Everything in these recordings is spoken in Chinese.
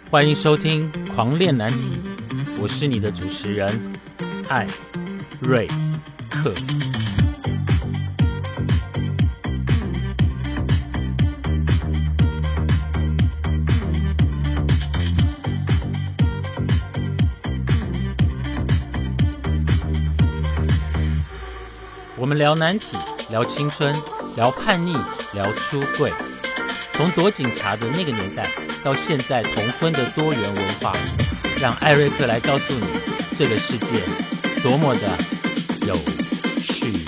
欢迎收听《狂恋难题》，我是你的主持人艾瑞克。我们聊难题，聊青春，聊叛逆，聊出柜。从躲警察的那个年代，到现在同婚的多元文化，让艾瑞克来告诉你，这个世界多么的有趣。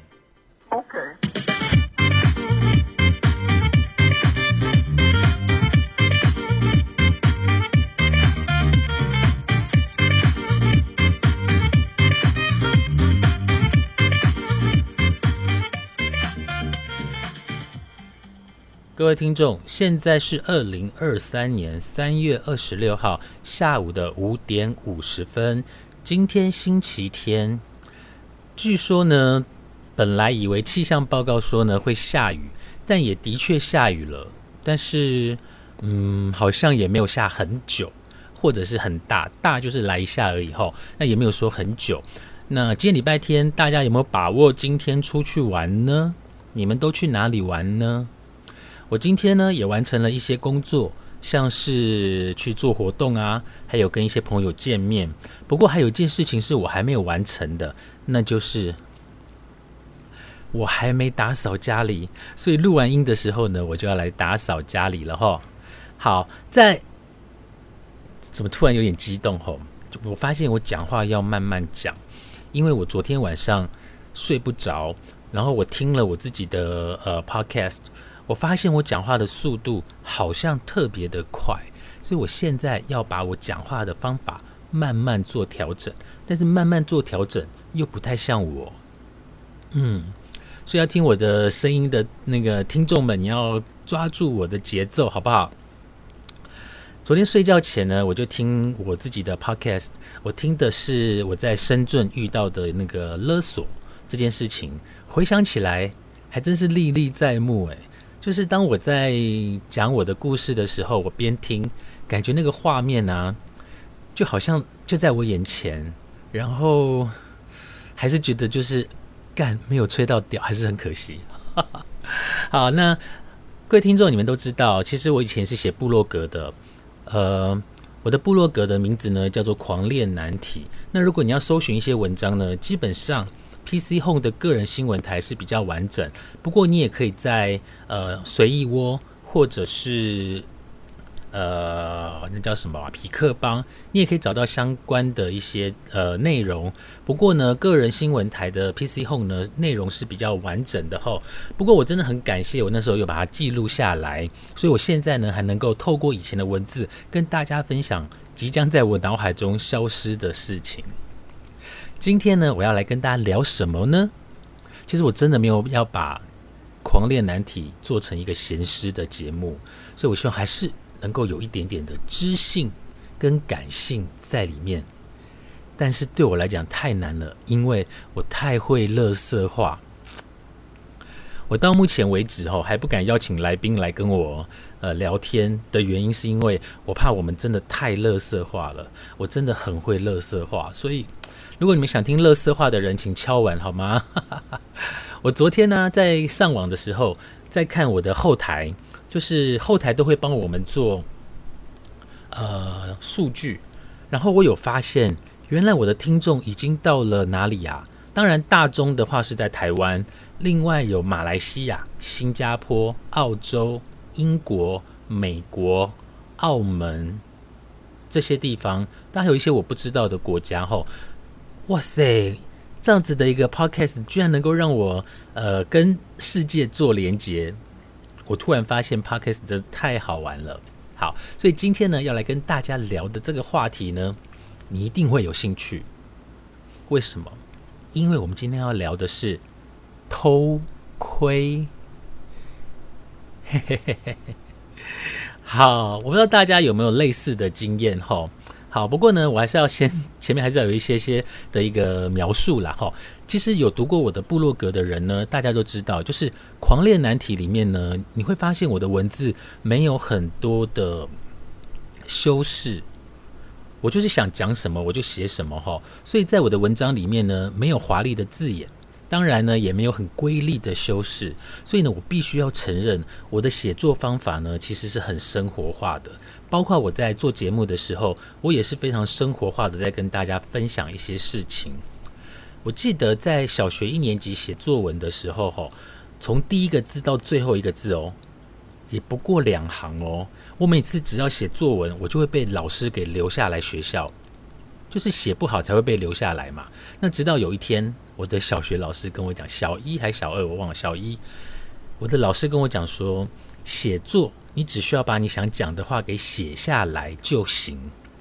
各位听众，现在是2023年3月26号下午的5点50分。今天星期天，据说呢，本来以为气象报告说呢会下雨，但也的确下雨了，但是好像也没有下很久，或者是很大，大就是来一下而已吼，那也没有说很久。那今天礼拜天，大家有没有把握今天出去玩呢？你们都去哪里玩呢？我今天呢也完成了一些工作，像是去做活动啊，还有跟一些朋友见面。不过还有一件事情是我还没有完成的，那就是我还没打扫家里，所以录完音的时候呢，我就要来打扫家里了齁。好，怎么突然有点激动齁？我发现我讲话要慢慢讲，因为我昨天晚上睡不着，然后我听了我自己的podcast。我发现我讲话的速度好像特别的快，所以我现在要把我讲话的方法慢慢做调整，但是慢慢做调整又不太像我，所以要听我的声音的那个听众们，你要抓住我的节奏，好不好？昨天睡觉前呢，我就听我自己的 podcast， 我听的是我在深圳遇到的那个勒索这件事情，回想起来还真是历历在目诶。就是当我在讲我的故事的时候，我边听，感觉那个画面啊，就好像就在我眼前，然后还是觉得就是没有吹到屌，还是很可惜。好，那各位听众，你们都知道，其实我以前是写部落格的，我的部落格的名字呢叫做狂恋难题。那如果你要搜寻一些文章呢，基本上PC Home 的个人新闻台是比较完整，不过你也可以在随意窝或者是那叫什么匹克邦，你也可以找到相关的一些内容。不过呢，个人新闻台的 PC Home 呢内容是比较完整的吼。不过我真的很感谢我那时候有把它记录下来，所以我现在呢还能够透过以前的文字跟大家分享即将在我脑海中消失的事情。今天呢，我要来跟大家聊什么呢？其实我真的没有要把狂恋难题做成一个闲诗的节目，所以我希望还是能够有一点点的知性跟感性在里面。但是对我来讲太难了，因为我太会垃圾话。我到目前为止还不敢邀请来宾来跟我聊天的原因，是因为我怕我们真的太垃圾话了。我真的很会垃圾话，所以如果你们想听垃圾话的人，请敲碗好吗？我昨天呢，在上网的时候，在看我的后台，就是后台都会帮我们做数据，然后我有发现，原来我的听众已经到了哪里啊？当然，大宗的话是在台湾，另外有马来西亚、新加坡、澳洲、英国、美国、澳门这些地方，当然有一些我不知道的国家吼。哇塞，这样子的一个 podcast 居然能够让我跟世界做连结，我突然发现 podcast 真的太好玩了。好，所以今天呢要来跟大家聊的这个话题呢，你一定会有兴趣。为什么？因为我们今天要聊的是偷窥。好，我不知道大家有没有类似的经验吼。好，不过呢，我还是要前面还是要有一些的一个描述啦哈。其实有读过我的部落格的人呢，大家都知道，就是狂恋难题里面呢，你会发现我的文字没有很多的修饰，我就是想讲什么我就写什么齁。所以在我的文章里面呢，没有华丽的字眼，当然呢也没有很瑰丽的修饰。所以呢，我必须要承认，我的写作方法呢其实是很生活化的。包括我在做节目的时候，我也是非常生活化的在跟大家分享一些事情。我记得在小学1年级写作文的时候，从第一个字到最后一个字也不过2行我每次只要写作文，我就会被老师给留下来学校，就是写不好才会被留下来嘛。那直到有一天，我的小学老师跟我讲，小1还小2我忘了，小1，我的老师跟我讲说，写作你只需要把你想讲的话给写下来就行。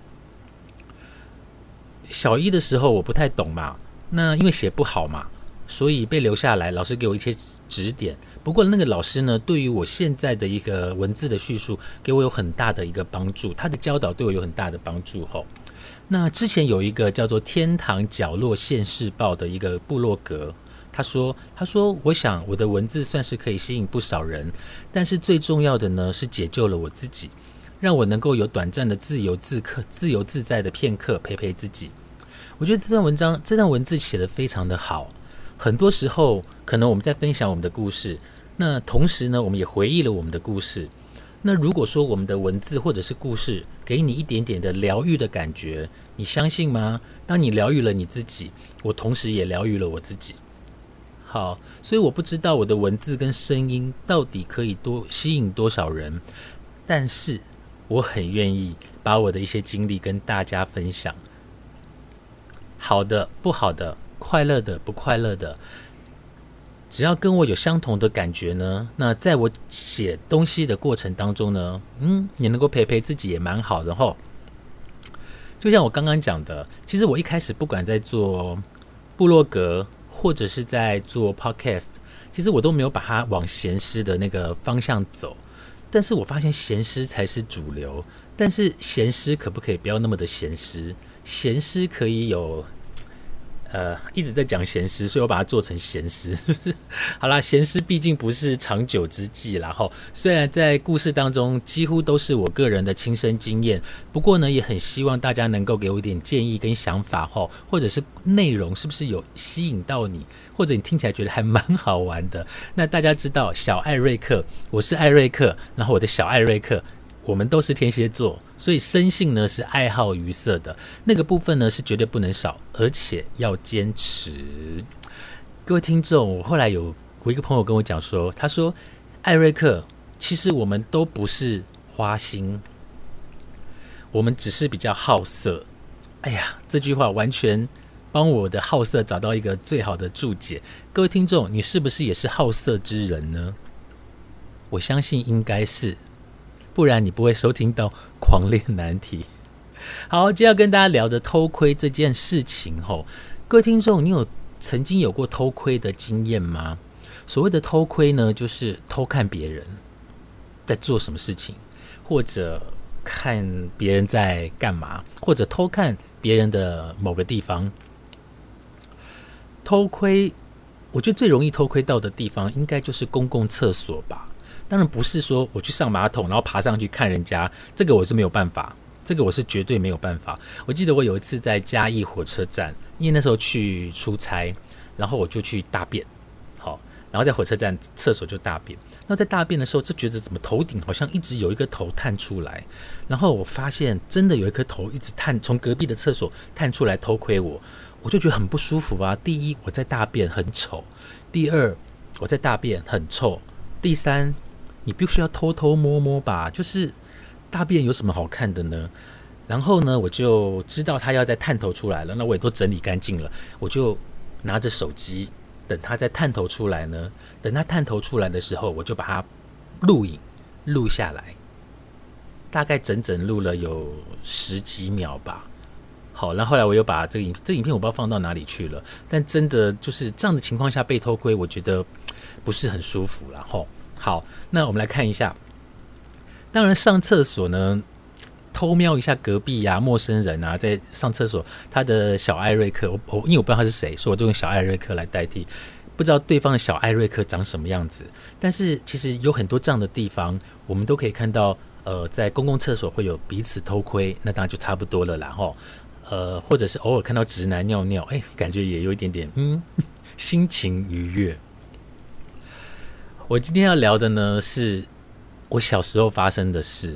小1的时候我不太懂嘛，那因为写不好嘛，所以被留下来，老师给我一些指点。不过那个老师呢，对于我现在的一个文字的叙述，给我有很大的一个帮助，他的教导对我有很大的帮助那之前有一个叫做天堂角落县市报的一个部落格，他说我想我的文字算是可以吸引不少人，但是最重要的呢是解救了我自己，让我能够有短暂的自由自在的片刻陪陪自己。我觉得这段文字写得非常的好。很多时候可能我们在分享我们的故事，那同时呢我们也回忆了我们的故事。那如果说我们的文字或者是故事给你一点点的疗愈的感觉，你相信吗？当你疗愈了你自己，我同时也疗愈了我自己。好，所以我不知道我的文字跟声音到底可以吸引多少人，但是我很愿意把我的一些经历跟大家分享，好的不好的，快乐的不快乐的，只要跟我有相同的感觉呢，那在我写东西的过程当中呢，你能够陪陪自己也蛮好的齁。就像我刚刚讲的，其实我一开始不管在做部落格或者是在做 podcast， 其实我都没有把它往闲诗的那个方向走，但是我发现闲诗才是主流。但是闲诗可不可以不要那么的闲诗？闲诗可以有一直在讲闲诗，所以我把它做成闲诗，是不是？好啦，闲诗毕竟不是长久之计啦齁。虽然在故事当中几乎都是我个人的亲身经验，不过呢，也很希望大家能够给我一点建议跟想法齁，或者是内容是不是有吸引到你，或者你听起来觉得还蛮好玩的。那大家知道小艾瑞克，我是艾瑞克，然后我的小艾瑞克，我们都是天蝎座，所以生性呢是爱好娱色的，那个部分呢是绝对不能少，而且要坚持。各位听众，我后来我一个朋友跟我讲说，他说艾瑞克，其实我们都不是花心，我们只是比较好色。哎呀，这句话完全帮我的好色找到一个最好的注解。各位听众，你是不是也是好色之人呢？我相信应该是，不然你不会收听到狂恋难题。好，接下来跟大家聊的偷窥这件事情各位听众，你曾经有过偷窥的经验吗？所谓的偷窥呢，就是偷看别人在做什么事情，或者看别人在干嘛，或者偷看别人的某个地方。偷窥，我觉得最容易偷窥到的地方应该就是公共厕所吧。当然不是说我去上马桶然后爬上去看人家，这个我是没有办法，这个我是绝对没有办法。我记得我有一次在嘉义火车站，因为那时候去出差，然后我就去大便，然后在火车站厕所就大便。那在大便的时候就觉得怎么头顶好像一直有一个头探出来，然后我发现真的有一颗头一直从隔壁的厕所探出来偷窥我就觉得很不舒服啊。第一，我在大便很丑；第二，我在大便很臭；第三，你必须要偷偷摸摸吧，就是大便有什么好看的呢？然后呢，我就知道他要再探头出来了，那我也都整理干净了，我就拿着手机等他再探头出来呢。等他探头出来的时候，我就把他录下来，大概整录了有10几秒吧。好，然后后来我又把这影片我不知道放到哪里去了，但真的就是这样的情况下被偷窥，我觉得不是很舒服啦齁。好，那我们来看一下。当然上厕所呢，偷瞄一下隔壁啊陌生人啊在上厕所，他的小艾瑞克，因为我不知道他是谁，所以我就用小艾瑞克来代替。不知道对方的小艾瑞克长什么样子，但是其实有很多这样的地方，我们都可以看到在公共厕所会有彼此偷窥，那当然就差不多了啦吼。或者是偶尔看到直男尿尿，感觉也有一点点心情愉悦。我今天要聊的呢，是我小时候发生的事。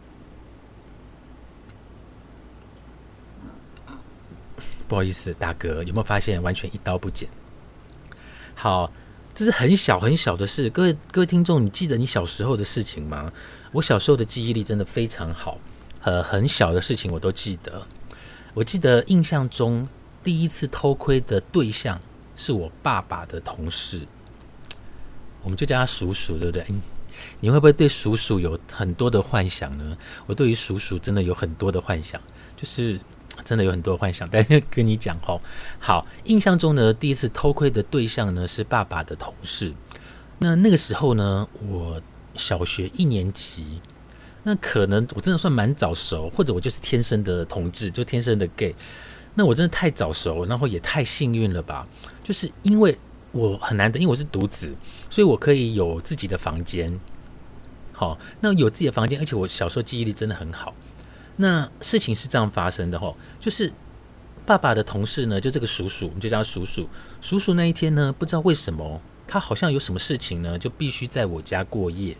不好意思，大哥，有没有发现完全一刀不剪？好，这是很小很小的事。各位听众，你记得你小时候的事情吗？我小时候的记忆力真的非常好，很小的事情我都记得。我记得印象中第一次偷窥的对象是我爸爸的同事，我们就叫他叔叔，对不对？你会不会对叔叔有很多的幻想呢？我对于叔叔真的有很多的幻想，就是真的有很多的幻想，但是跟你讲吼，好，印象中呢，第一次偷窥的对象呢是爸爸的同事。那个时候呢，我小学1年级。那可能我真的算蛮早熟，或者我就是天生的同志，就天生的 gay。那我真的太早熟，然后也太幸运了吧？就是因为我很难得，因为我是独子，所以我可以有自己的房间。好，那有自己的房间，而且我小时候记忆力真的很好。那事情是这样发生的吼，就是爸爸的同事呢，就这个叔叔，我们就叫他叔叔。叔叔那一天呢，不知道为什么，他好像有什么事情呢，就必须在我家过夜。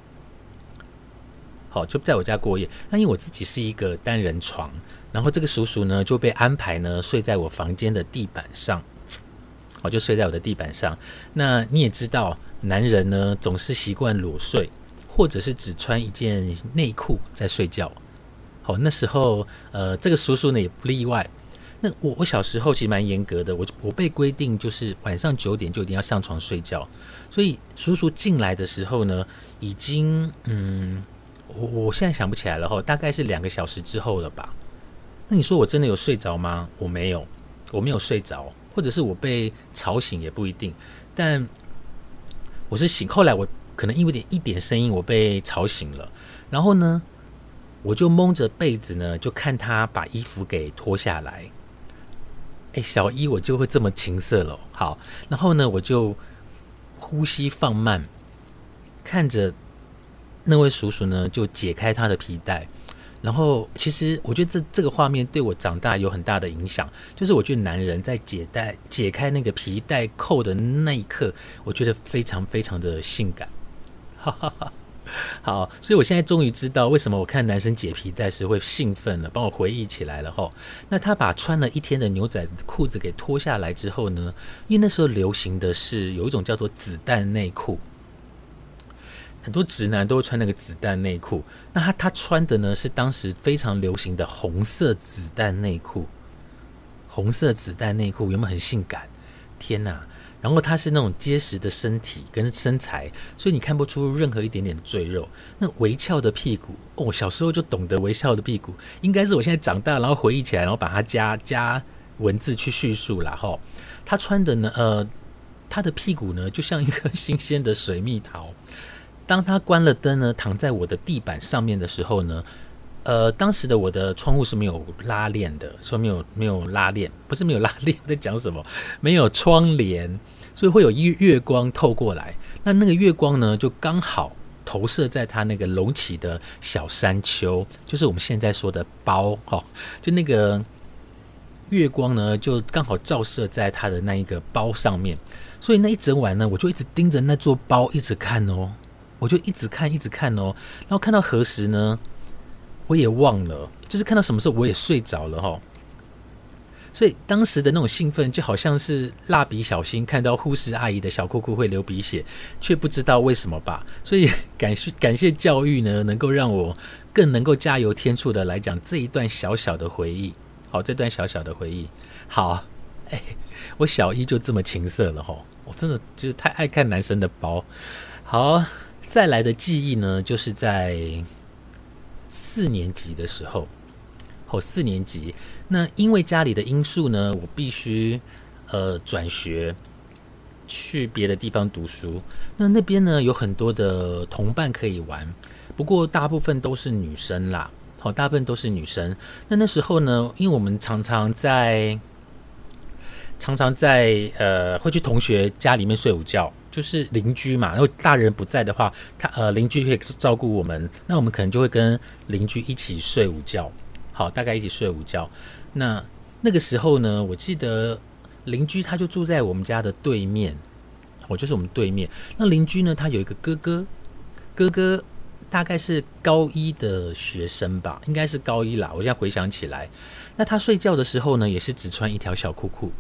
好，就在我家过夜。那因为我自己是一个单人床，然后这个叔叔呢就被安排呢睡在我房间的地板上。好，就睡在我的地板上。那你也知道，男人呢总是习惯裸睡，或者是只穿一件内裤在睡觉。好，那时候这个叔叔呢也不例外。那我小时候其实蛮严格的，我被规定就是晚上9点就一定要上床睡觉。所以叔叔进来的时候呢，已经我现在想不起来了吼，大概是2个小时之后了吧。那你说我真的有睡着吗？我没有睡着，或者是我被吵醒也不一定。但我是醒，后来我可能因为一点声音我被吵醒了，然后呢，我就蒙着被子呢，就看他把衣服给脱下来。小一我就会这么情色了。好，然后呢，我就呼吸放慢，看着那位叔叔呢，就解开他的皮带，然后其实我觉得这个画面对我长大有很大的影响，就是我觉得男人在解开那个皮带扣的那一刻，我觉得非常非常的性感。好，所以我现在终于知道为什么我看男生解皮带时会兴奋了，帮我回忆起来了吼。那他把穿了一天的牛仔裤子给脱下来之后呢，因为那时候流行的是有一种叫做子弹内裤。很多直男都会穿那个子弹内裤，那他穿的呢是当时非常流行的红色子弹内裤。红色子弹内裤有没有很性感？天哪！然后他是那种结实的身体跟身材，所以你看不出任何一点点赘肉。那微翘的屁股，小时候就懂得微翘的屁股，应该是我现在长大然后回忆起来，然后把它加文字去叙述啦吼。他穿的呢，他的屁股呢就像一颗新鲜的水蜜桃。当他关了灯呢，躺在我的地板上面的时候呢，当时的我的窗户是没有拉链的，说没有拉链，不是没有拉链，在讲什么？没有窗帘，所以会有月光透过来。那个月光呢，就刚好投射在他那个隆起的小山丘，就是我们现在说的包，就那个月光呢，就刚好照射在他的那一个包上面。所以那一整晚呢，我就一直盯着那座包一直看哦。我就一直看哦，然后看到何时呢，我也忘了，就是看到什么时候我也睡着了吼。所以当时的那种兴奋，就好像是蜡笔小新看到护士阿姨的小裤裤会流鼻血，却不知道为什么吧。所以感谢教育呢，能够让我更能够加油添醋的来讲这一段小小的回忆。好，这段小小的回忆，好，我小一就这么情色了吼，我真的就是太爱看男生的包。好。再来的记忆呢，就是在4年级的时候，4年级。那因为家里的因素呢，我必须转学去别的地方读书。那边呢有很多的同伴可以玩，不过大部分都是女生啦。大部分都是女生。那时候呢，因为我们常常在常常在会去同学家里面睡午觉，就是邻居嘛。然后大人不在的话，邻居可以照顾我们，那我们可能就会跟邻居一起睡午觉。好，大概一起睡午觉。那个时候呢，我记得邻居他就住在我们家的对面，就是我们对面。那邻居呢，他有一个哥哥大概是高一的学生吧，应该是高一啦。我现在回想起来，那他睡觉的时候呢，也是只穿一条小裤裤。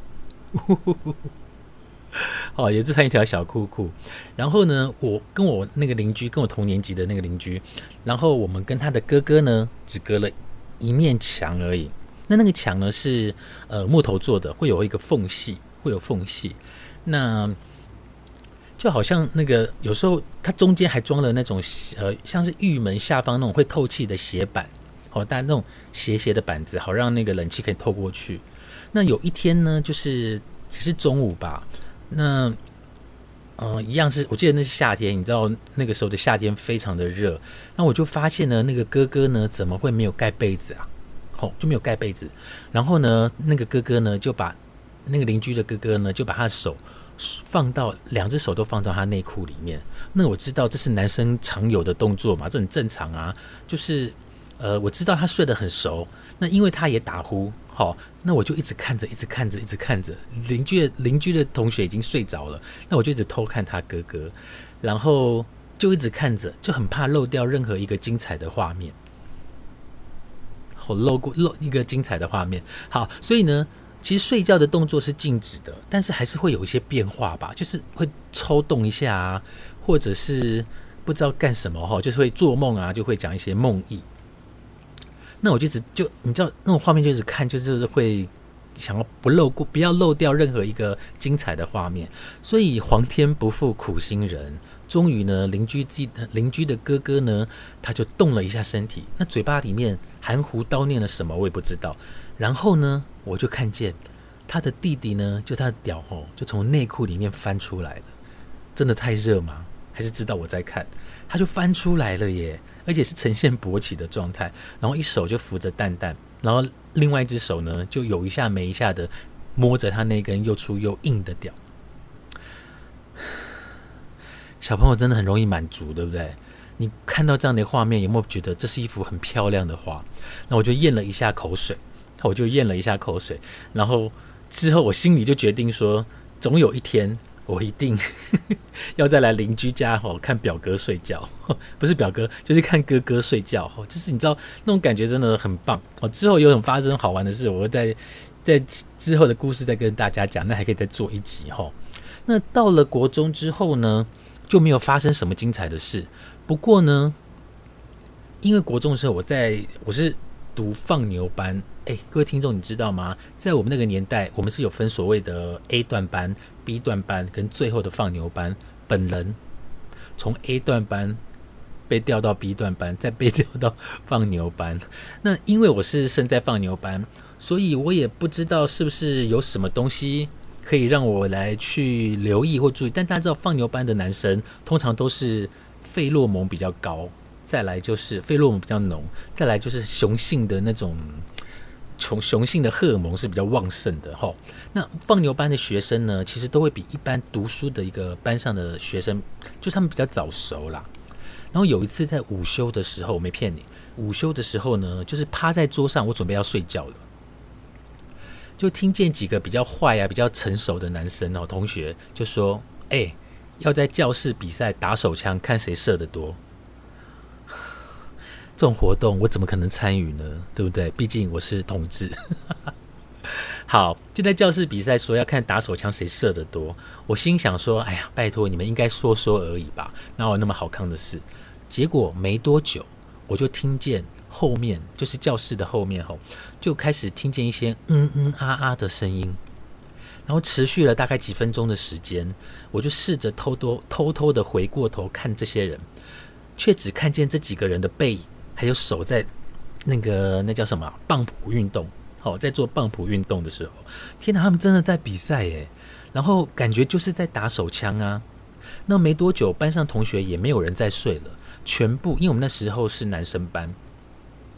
也是穿一条小裤裤。然后呢，我跟我那个邻居，跟我同年级的那个邻居，然后我们跟他的哥哥呢，只隔了一面墙而已。那个墙呢是木头做的，会有一个缝隙，那就好像那个有时候它中间还装了那种像是玉门下方那种会透气的斜板，但那种斜的板子，好让那个冷气可以透过去。那有一天呢，就是也是中午吧，那一样是我记得那是夏天，你知道那个时候的夏天非常的热，那我就发现呢，那个哥哥呢怎么会没有盖被子啊？就没有盖被子。然后呢，那个哥哥呢就把那个邻居的哥哥呢就把他的手两只手都放到他内裤里面。那我知道这是男生常有的动作嘛，这很正常啊。就是我知道他睡得很熟，那因为他也打呼，那我就一直看着，邻居的同学已经睡着了，那我就一直偷看他哥哥，然后就一直看着，就很怕漏掉任何一个精彩的画面。漏一个精彩的画面。好，所以呢，其实睡觉的动作是静止的，但是还是会有一些变化吧，就是会抽动一下啊，或者是不知道干什么就是会做梦啊，就会讲一些梦呓。那我就你知道那种画面就一直看，就是会想要不要漏掉任何一个精彩的画面。所以皇天不负苦心人，终于呢，邻居的哥哥呢，他就动了一下身体，那嘴巴里面含糊叨念了什么我也不知道。然后呢，我就看见他的弟弟呢，就他的屌就从内裤里面翻出来了。真的太热吗？还是知道我在看？他就翻出来了耶，而且是呈现勃起的状态，然后一手就扶着蛋蛋，然后另外一只手呢，就有一下没一下的摸着他那根又粗又硬的屌。小朋友真的很容易满足，对不对？你看到这样的画面，有没有觉得这是一幅很漂亮的画？那我就咽了一下口水，然后之后我心里就决定说，总有一天我一定要再来邻居家看表哥睡觉，不是表哥，就是看哥哥睡觉，就是你知道那种感觉真的很棒。之后有种发生好玩的事，我会在之后的故事再跟大家讲，那还可以再做一集。那到了国中之后呢，就没有发生什么精彩的事。不过呢，因为国中的时候我是读放牛班，各位听众你知道吗？在我们那个年代，我们是有分所谓的 A 段班、B 段班跟最后的放牛班。本人从 A 段班被调到 B 段班，再被调到放牛班。那因为我是身在放牛班，所以我也不知道是不是有什么东西可以让我来去留意或注意。但大家知道放牛班的男生通常都是费洛蒙比较高，再来就是费洛蒙比较浓，再来就是雄性的那种雄性的荷尔蒙是比较旺盛的。那放牛班的学生呢，其实都会比一般读书的一个班上的学生，就是他们比较早熟啦。然后有一次在午休的时候，我没骗你，午休的时候呢，就是趴在桌上，我准备要睡觉了，就听见几个比较坏啊、比较成熟的男生同学就说：“要在教室比赛打手枪，看谁射得多。”这种活动我怎么可能参与呢？对不对？毕竟我是同志。好，就在教室比赛说要看打手枪谁射得多。我心想说：“哎呀，拜托你们应该说说而已吧，哪有那么好看的事？”结果没多久，我就听见后面，就是教室的后面就开始听见一些啊的声音。然后持续了大概几分钟的时间，我就试着偷偷的回过头看这些人，却只看见这几个人的背影，还有手在那叫什么棒谱运动。在做棒谱运动的时候，天哪，他们真的在比赛耶！然后感觉就是在打手枪啊。那没多久，班上同学也没有人再睡了，全部因为我们那时候是男生班，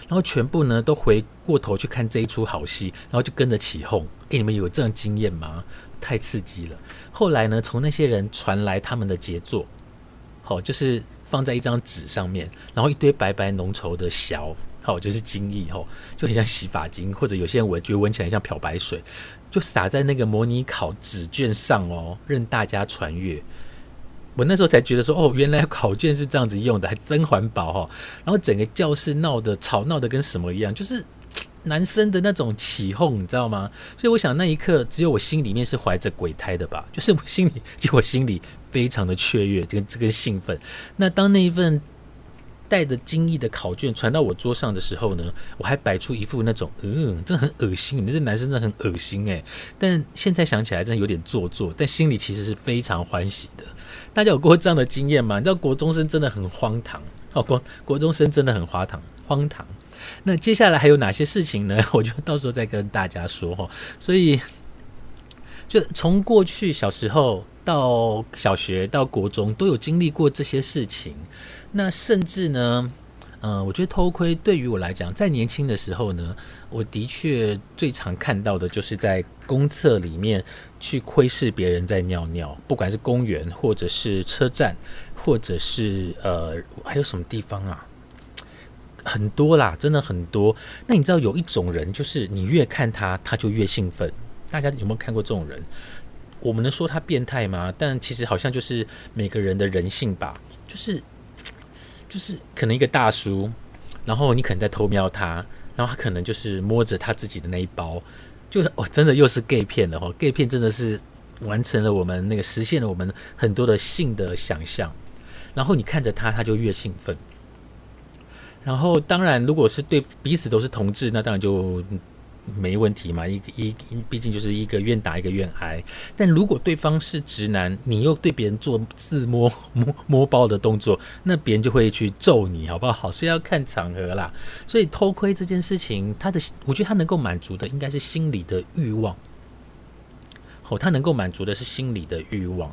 然后全部呢都回过头去看这一出好戏，然后就跟着起哄。你们有这样经验吗？太刺激了。后来呢，从那些人传来他们的杰作，就是放在一张纸上面，然后一堆白白浓稠的小，就是精液，就很像洗发精，或者有些人我觉得闻起来像漂白水，就洒在那个模拟考纸卷上任大家传阅。我那时候才觉得说，原来考卷是这样子用的，还真环保然后整个教室吵闹的跟什么一样，就是男生的那种起哄，你知道吗？所以我想那一刻，只有我心里面是怀着鬼胎的吧，就是我心里非常的雀跃，跟兴奋。那当那一份带着精液的考卷传到我桌上的时候呢，我还摆出一副那种真的很恶心，你们这男生真的很恶心但现在想起来真的有点做作，但心里其实是非常欢喜的。大家有过这样的经验吗？你知道国中生真的很荒唐国中生真的很荒唐。那接下来还有哪些事情呢？我就到时候再跟大家说所以就从过去小时候到小学到国中都有经历过这些事情。那甚至呢我觉得偷窥对于我来讲，在年轻的时候呢，我的确最常看到的就是在公厕里面去窥视别人在尿尿，不管是公园或者是车站，或者是还有什么地方啊，很多啦，真的很多。那你知道有一种人，就是你越看他就越兴奋。大家有没有看过这种人？我们能说他变态吗？但其实好像就是每个人的人性吧，就是可能一个大叔，然后你可能在偷瞄他，然后他可能就是摸着他自己的那一包，就真的又是 gay 片了gay 片真的是完成了我们那个实现了我们很多的性的想象，然后你看着他就越兴奋。然后当然如果是对彼此都是同志，那当然就没问题嘛，毕竟就是一个愿打一个愿挨。但如果对方是直男，你又对别人做自摸包的动作，那别人就会去揍你，好不好？所以要看场合啦。所以偷窥这件事情，我觉得他能够满足的应该是心理的欲望。他能够满足的是心理的欲望。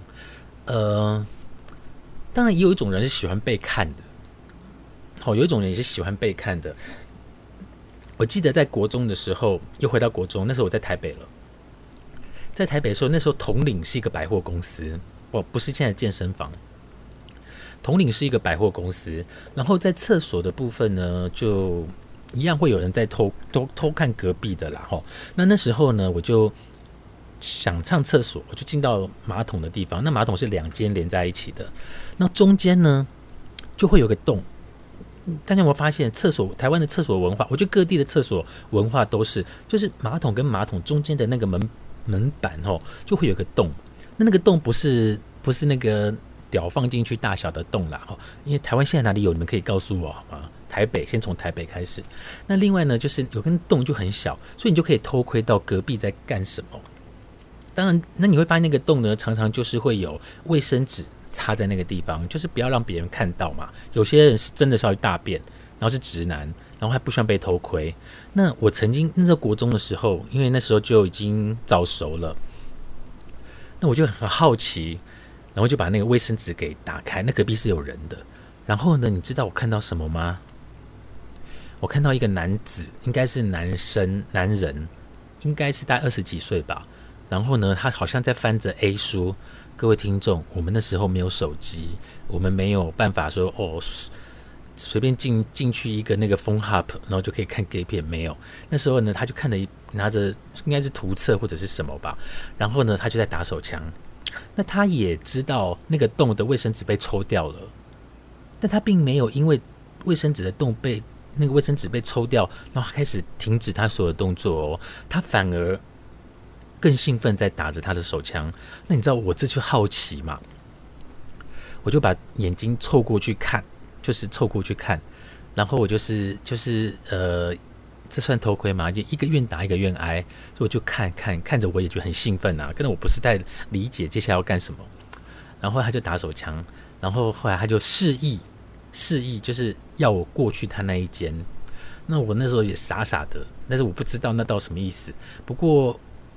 当然也有一种人是喜欢被看的。有一种人也是喜欢被看的。我记得在国中的时候，又回到国中，那时候我在台北了。在台北的时候，那时候统领是一个百货公司，不是现在的健身房。统领是一个百货公司，然后在厕所的部分呢，就一样会有人在偷看隔壁的啦。那时候呢，我就想上厕所，我就进到马桶的地方。那马桶是2间连在一起的，那中间呢就会有个洞。大家有没有发现台湾的厕所文化，我觉得各地的厕所文化都是，就是马桶跟马桶中间的那个门板就会有个洞。那个洞不是那个屌放进去大小的洞啦因为台湾现在哪里有，你们可以告诉我好吗？台北，先从台北开始。那另外呢，就是有根洞就很小，所以你就可以偷窥到隔壁在干什么。当然，那你会发现那个洞呢，常常就是会有卫生纸插在那个地方，就是不要让别人看到嘛。有些人是真的是要去大便，然后是直男，然后还不希望被偷窥。那我曾经那时候国中的时候，因为那时候就已经早熟了，那我就很好奇，然后就把那个卫生纸给打开，那隔壁是有人的。然后呢，你知道我看到什么吗？我看到一个男子，应该是男人，应该是大概20几岁吧。然后呢，他好像在翻着 A 书。各位听众，我们那时候没有手机，我们没有办法说随便进去一个那个phone hub，然后就可以看 gay 片，没有。那时候呢，他就拿着应该是图册或者是什么吧，然后呢，他就在打手枪。那他也知道那个洞的卫生纸被抽掉了，但他并没有因为卫生纸的洞那个卫生纸被抽掉，然后他开始停止他所有的动作他反而更兴奋在打着他的手枪。那你知道我这就好奇嘛，我就把眼睛凑过去看，然后我就是这算偷窥吗？就一个愿打一个愿挨，所以我就看着，我也觉得很兴奋可能我不是太理解接下来要干什么。然后他就打手枪，然后后来他就示意就是要我过去他那一间。那我那时候也傻傻的，但是我不知道那到什么意思。不过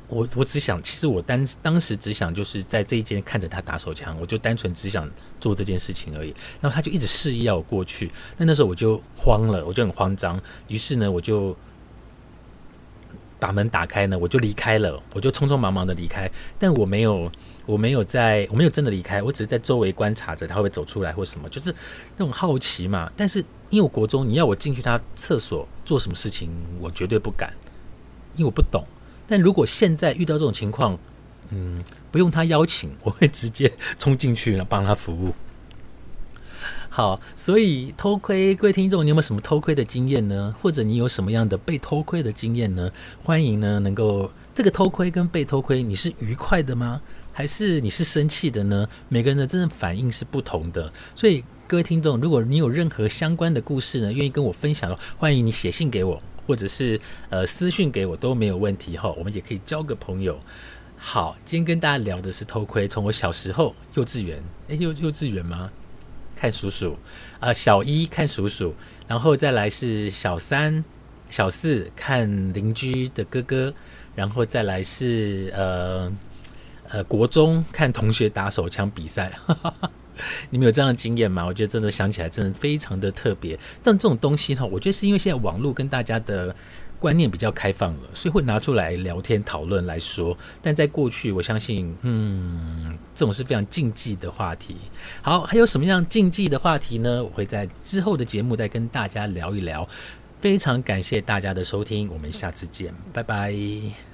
我只想，其实我当时只想就是在这一间看着他打手枪，我就单纯只想做这件事情而已。然后他就一直示意要我过去，那时候我就慌了，我就很慌张，于是呢我就把门打开呢，我就离开了，我就匆匆忙忙的离开，但我没有真的离开，我只是在周围观察着他会不会走出来或什么，就是那种好奇嘛。但是因为我国中，你要我进去他厕所做什么事情，我绝对不敢，因为我不懂。但如果现在遇到这种情况，不用他邀请，我会直接冲进去了，帮他服务。好，所以偷窥，各位听众，你有没有什么偷窥的经验呢？或者你有什么样的被偷窥的经验呢？欢迎呢能够这个偷窥跟被偷窥，你是愉快的吗？还是你是生气的呢？每个人的真正反应是不同的，所以各位听众，如果你有任何相关的故事呢，愿意跟我分享的，欢迎你写信给我，或者是私讯给我都没有问题哈，我们也可以交个朋友。好，今天跟大家聊的是偷窥，从我小时候幼稚园，幼稚园吗？看叔叔，小一看叔叔，然后再来是小三、小四看邻居的哥哥，然后再来是国中看同学打手枪比赛。你们有这样的经验吗？我觉得真的想起来真的非常的特别。但这种东西我觉得是因为现在网络跟大家的观念比较开放了，所以会拿出来聊天讨论来说。但在过去，我相信，这种是非常禁忌的话题。好，还有什么样禁忌的话题呢？我会在之后的节目再跟大家聊一聊。非常感谢大家的收听，我们下次见，拜拜。